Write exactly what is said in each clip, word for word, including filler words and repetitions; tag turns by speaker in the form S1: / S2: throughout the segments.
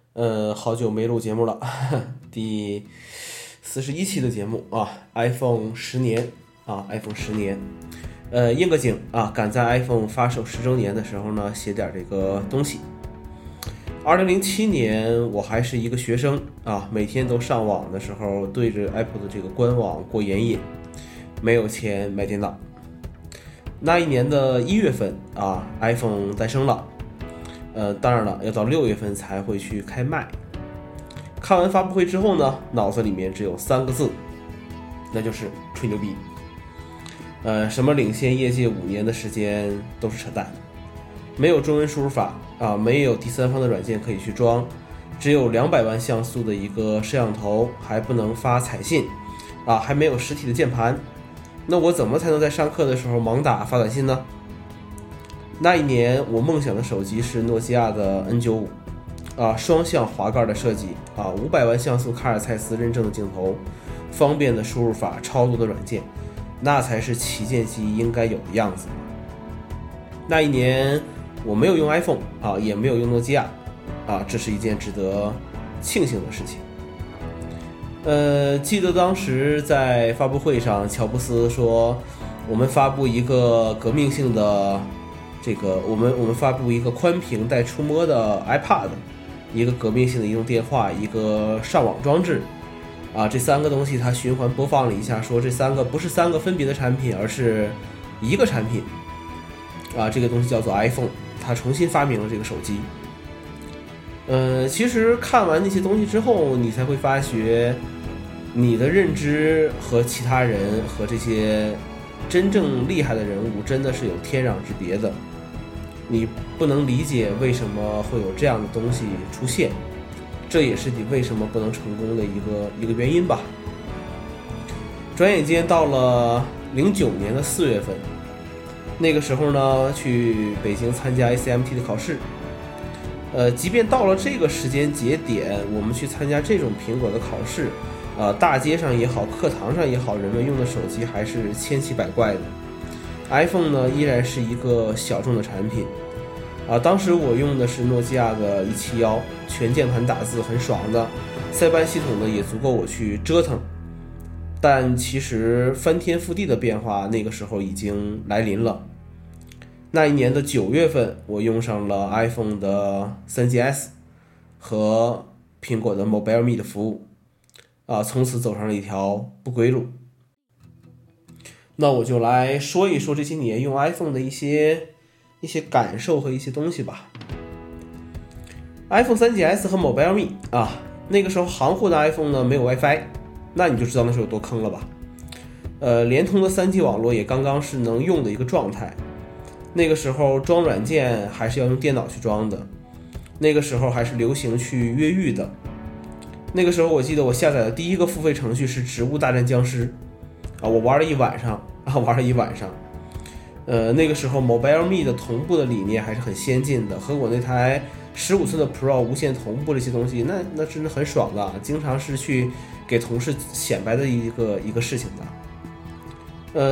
S1: 呃，好久没录节目了，第四十一期的节目啊 ，iPhone 十年啊 ，iPhone 十年，呃，应个景啊，赶在 iPhone 发售十周年的时候呢，写点这个东西。二零零七年我还是一个学生啊，每天都上网的时候对着 Apple 的这个官网过眼瘾，没有钱买电脑。那一年的一月份啊 ，iPhone 诞生了。呃，当然了，要到六月份才会去开卖。看完发布会之后呢，脑子里面只有三个字，那就是吹牛逼。呃，什么领先业界五年的时间都是扯淡，没有中文输入法啊，没有第三方的软件可以去装，只有两百万像素的一个摄像头，还不能发彩信啊，还没有实体的键盘。那我怎么才能在上课的时候盲打发短信呢？那一年我梦想的手机是诺基亚的 N 九十五 啊，双向滑盖的设计啊，五百万像素卡尔蔡司认证的镜头，方便的输入法，超多的软件，那才是旗舰机应该有的样子。那一年我没有用 iPhone 啊，也没有用诺基亚啊，这是一件值得庆幸的事情。呃，记得当时在发布会上，乔布斯说，我们发布一个革命性的这个，我们我们发布一个宽屏带触摸的 iPad， 一个革命性的移动电话，一个上网装置，啊，这三个东西他循环播放了一下，说这三个不是三个分别的产品，而是一个产品，啊，这个东西叫做 iPhone， 他重新发明了这个手机。呃，其实看完那些东西之后，你才会发觉，你的认知和其他人和这些真正厉害的人物真的是有天壤之别的。你不能理解为什么会有这样的东西出现，这也是你为什么不能成功的一个一个原因吧。转眼间到了零九年的四月份，那个时候呢，去北京参加 A C M T 的考试。呃，即便到了这个时间节点，我们去参加这种苹果的考试，呃，大街上也好，课堂上也好，人们用的手机还是千奇百怪的。iPhone 呢，依然是一个小众的产品。啊，当时我用的是诺基亚的一七一，全键盘打字很爽的，塞班系统呢也足够我去折腾。但其实翻天覆地的变化，那个时候已经来临了。那一年的九月份，我用上了 iPhone 的 三 G S 和苹果的 Mobile Me 的服务，啊，从此走上了一条不归路。那我就来说一说这些年用 iPhone 的一些一些感受和一些东西吧。iPhone 三 G S 和 Mobile Me 啊，那个时候行货的 iPhone 呢没有 WiFi， 那你就知道那时候有多坑了吧。呃，联通的 三 G 网络也刚刚是能用的一个状态。那个时候装软件还是要用电脑去装的，那个时候还是流行去越狱的。那个时候我记得我下载的第一个付费程序是《植物大战僵尸》啊，我玩了一晚上啊，玩了一晚上。呃，那个时候 Mobile Me 的同步的理念还是很先进的，和我那台十五寸的 Pro 无线同步这些东西，那那真的很爽的，经常是去给同事显摆的一个一个事情的。呃 ，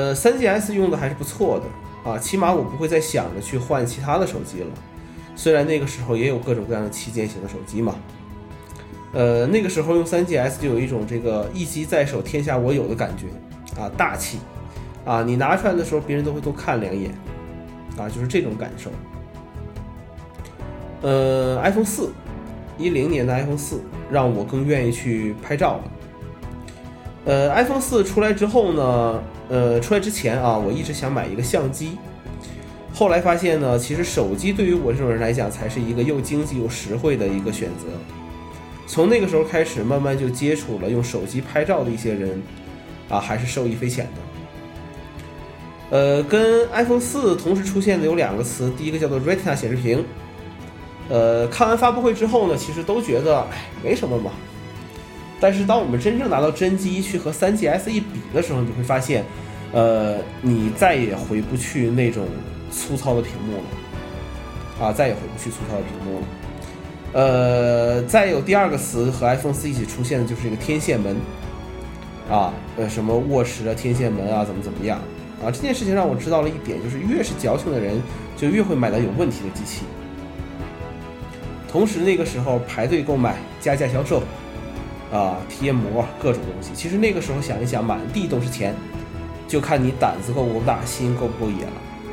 S1: 三 G S 用的还是不错的。啊，起码我不会再想着去换其他的手机了，虽然那个时候也有各种各样的旗舰型的手机嘛。呃，那个时候用 三 G S 就有一种这个一机在手天下我有的感觉啊，大气啊，你拿出来的时候别人都会多看两眼啊，就是这种感受。呃 ，iPhone 四，一零年的 iPhone 四让我更愿意去拍照了。呃 ，iPhone 四出来之后呢，呃，出来之前啊，我一直想买一个相机，后来发现呢，其实手机对于我这种人来讲，才是一个又经济又实惠的一个选择。从那个时候开始，慢慢就接触了用手机拍照的一些人，啊，还是受益匪浅的。呃，跟 iPhone 四同时出现的有两个词，第一个叫做 Retina 显示屏。呃，看完发布会之后呢，其实都觉得，哎，没什么嘛。但是当我们真正拿到真机去和 三 G S 一比的时候，你会发现，呃，你再也回不去那种粗糙的屏幕了，啊，再也回不去粗糙的屏幕了。呃，再有第二个词和 iPhone 四一起出现的就是这个天线门，啊，呃，什么卧室啊、天线门啊，怎么怎么样啊？这件事情让我知道了一点，就是越是矫情的人，就越会买到有问题的机器。 同时那个时候排队购买，加价销售，啊，贴膜各种东西。其实那个时候想一想，满地都是钱，就看你胆子够不够大，心够不够野了。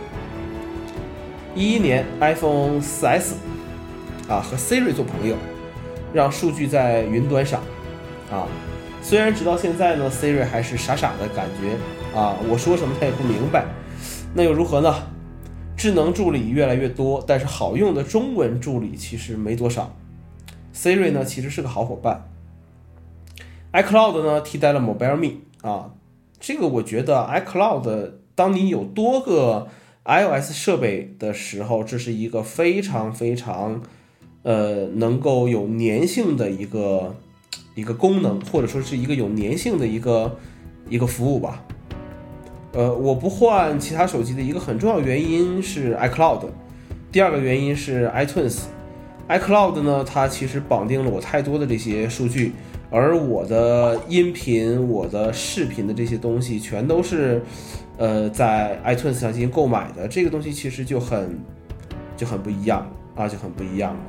S1: 一一年 iPhone 四 S 啊和 Siri 做朋友，让数据在云端上啊。虽然直到现在呢 Siri 还是傻傻的感觉啊，我说什么他也不明白，那又如何呢？智能助理越来越多，但是好用的中文助理其实没多少。 Siri 呢其实是个好伙伴。 iCloud 呢替代了 MobileMe 啊，这个我觉得 iCloud 当你有多个 iOS 设备的时候，这是一个非常非常呃能够有粘性的一个一个功能，或者说是一个有粘性的一个一个服务吧。呃，我不换其他手机的一个很重要原因是 iCloud， 第二个原因是 iTunes。iCloud 呢，它其实绑定了我太多的这些数据，而我的音频、我的视频的这些东西全都是呃在 iTunes 上进行购买的，这个东西其实就很就很不一样啊，就很不一样了。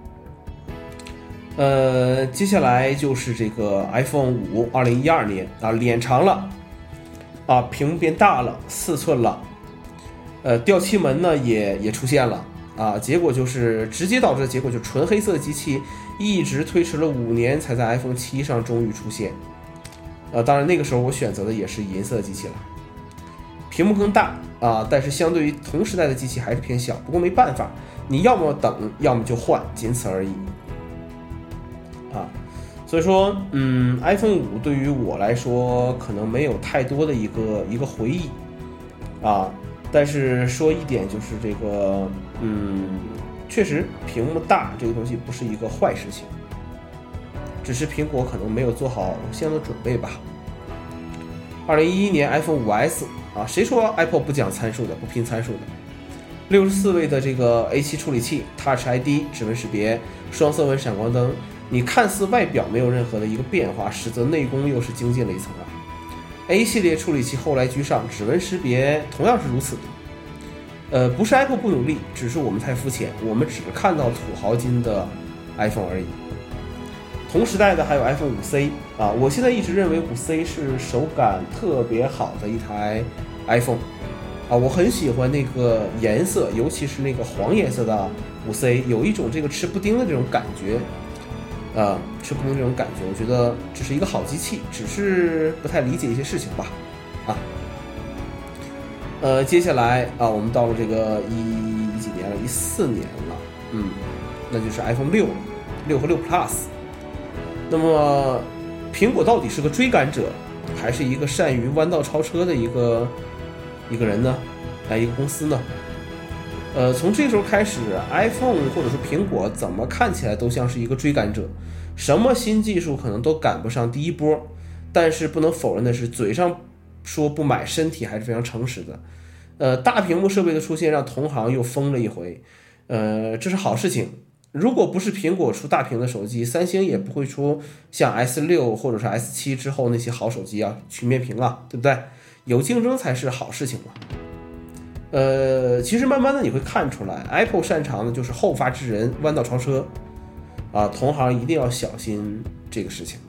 S1: 呃，接下来就是这个 iPhone 五，二零一二年啊，脸长了。啊，屏幕变大了，四寸了，呃，掉漆门呢也也出现了啊，结果就是直接导致的结果就是纯黑色的机器一直推迟了五年才在 iPhone 七上终于出现，呃，当然那个时候我选择的也是银色机器了，屏幕更大啊，但是相对于同时代的机器还是偏小，不过没办法，你要么等，要么就换，仅此而已，啊。所以说，嗯 ，iPhone 五对于我来说可能没有太多的一个一个回忆，啊，但是说一点就是这个，嗯，确实屏幕大这个东西不是一个坏事情，只是苹果可能没有做好相应的准备吧。二零一一年 iPhone 五 S 啊，谁说 Apple 不讲参数的，不拼参数的？六十四位的这个 A 七 处理器 ，Touch I D 指纹识别，双色温闪光灯。你看似外表没有任何的一个变化，实则内功又是精进了一层啊。A 系列处理器后来居上，指纹识别同样是如此的。呃，不是 Apple 不努力，只是我们太肤浅，我们只看到土豪金的 iPhone 而已。同时代的还有 iPhone 五 C 啊，我现在一直认为五 C 是手感特别好的一台 iPhone 啊，我很喜欢那个颜色，尤其是那个黄颜色的五 C， 有一种这个吃布丁的这种感觉。呃，吃不丁这种感觉，我觉得这是一个好机器，只是不太理解一些事情吧，啊，呃，接下来啊，我们到了这个一一几年了，一四年了，嗯，那就是 iPhone 六了，六和六 Plus。那么，苹果到底是个追赶者，还是一个善于弯道超车的一个一个人呢？哎，一个公司呢？呃，从这个时候开始 ，iPhone 或者说苹果怎么看起来都像是一个追赶者，什么新技术可能都赶不上第一波。但是不能否认的是，嘴上说不买，身体还是非常诚实的。呃，大屏幕设备的出现让同行又疯了一回，呃，这是好事情。如果不是苹果出大屏的手机，三星也不会出像 S 六 或者是 S 七 之后那些好手机啊，曲面屏啊，对不对？有竞争才是好事情嘛。呃，其实慢慢的你会看出来 ，Apple 擅长的就是后发制人、弯道超车，啊，同行一定要小心这个事情。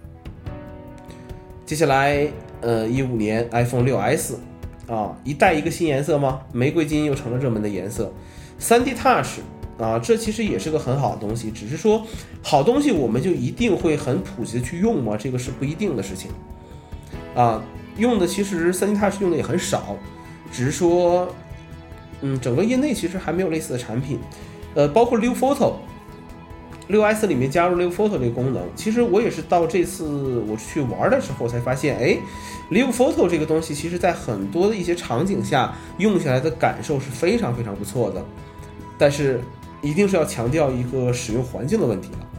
S1: 接下来，呃，一五年 iPhone 六 S， 啊，一代一个新颜色吗？玫瑰金又成了热门的颜色。三 D Touch， 啊，这其实也是个很好的东西，只是说好东西我们就一定会很普及的去用吗？这个是不一定的事情。啊，用的其实三 D Touch 用的也很少。只是说，嗯，整个业内其实还没有类似的产品，呃，包括 Live Photo， 六 S 里面加入 Live Photo 这个功能，其实我也是到这次我去玩的时候才发现，哎 ，Live Photo 这个东西，其实在很多的一些场景下用起来的感受是非常非常不错的，但是一定是要强调一个使用环境的问题了。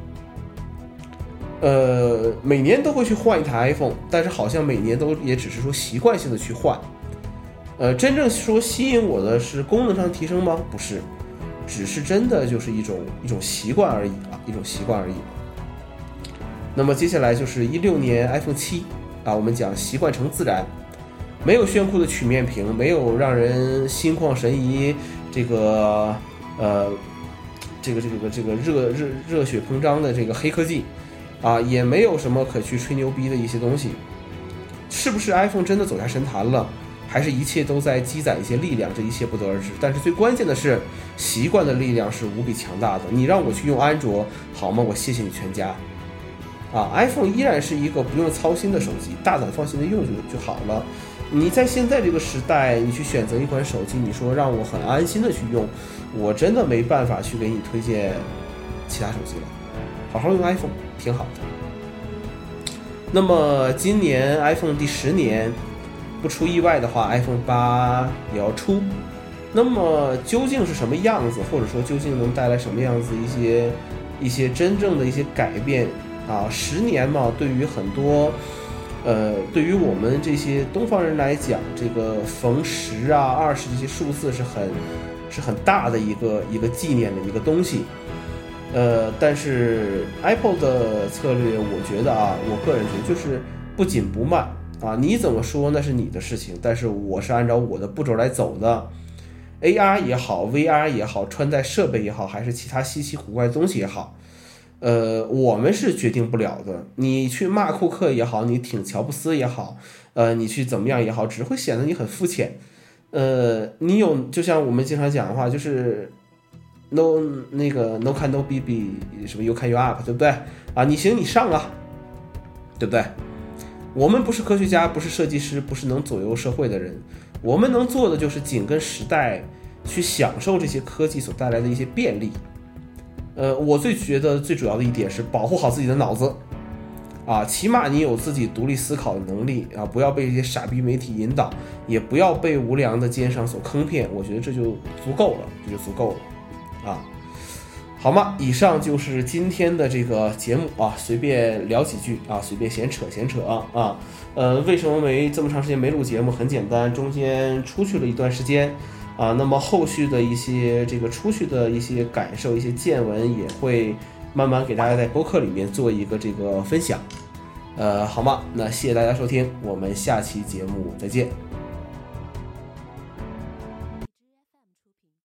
S1: 呃，每年都会去换一台 iPhone， 但是好像每年都也只是说习惯性的去换。呃，真正说吸引我的是功能上的提升吗？不是，只是真的就是一种一种习惯而已啊，一种习惯而已。那么接下来就是一六年 iPhone 七啊，我们讲习惯成自然，没有炫酷的曲面屏，没有让人心旷神怡这个呃这个这个这个热热热血膨胀的这个黑科技啊，也没有什么可去吹牛逼的一些东西。是不是 iPhone 真的走下神坛了，还是一切都在积攒一些力量，这一切不得而知。但是最关键的是，习惯的力量是无比强大的。你让我去用安卓好吗？我谢谢你全家啊 iPhone 依然是一个不用操心的手机，大胆放心的用就就好了。你在现在这个时代，你去选择一款手机，你说让我很安心的去用，我真的没办法去给你推荐其他手机了。好好用 iPhone 挺好的。那么今年 iPhone 第十年，不出意外的话 iPhone 八也要出。那么究竟是什么样子，或者说究竟能带来什么样子一些一些真正的一些改变啊？十年嘛，对于很多呃，对于我们这些东方人来讲，这个逢十啊、二十这些数字是很是很大的一个一个纪念的一个东西。呃，但是 Apple 的策略，我觉得啊，我个人觉得就是不紧不慢啊。你怎么说那是你的事情，但是我是按照我的步骤来走的。A R 也好 ，V R 也好，穿戴设备也好，还是其他稀奇古怪的东西也好。呃，我们是决定不了的。你去骂库克也好，你挺乔布斯也好，呃，你去怎么样也好，只会显得你很肤浅。呃，你有就像我们经常讲的话，就是 no 那个 no can no be be 什么 you can you up， 对不对啊？你行你上啊，对不对？我们不是科学家，不是设计师，不是能左右社会的人，我们能做的就是紧跟时代，去享受这些科技所带来的一些便利。呃，我最觉得最主要的一点是保护好自己的脑子，啊，起码你有自己独立思考的能力啊，不要被这些傻逼媒体引导，也不要被无良的奸商所坑骗，我觉得这就足够了，这就足够了，啊，好吗？以上就是今天的这个节目啊，随便聊几句啊，随便闲扯闲扯啊啊，呃，为什么没这么长时间没录节目？很简单，中间出去了一段时间。啊，那么后续的一些这个出去的一些感受、一些见闻，也会慢慢给大家在播客里面做一个这个分享，呃，好吗？那谢谢大家收听，我们下期节目再见。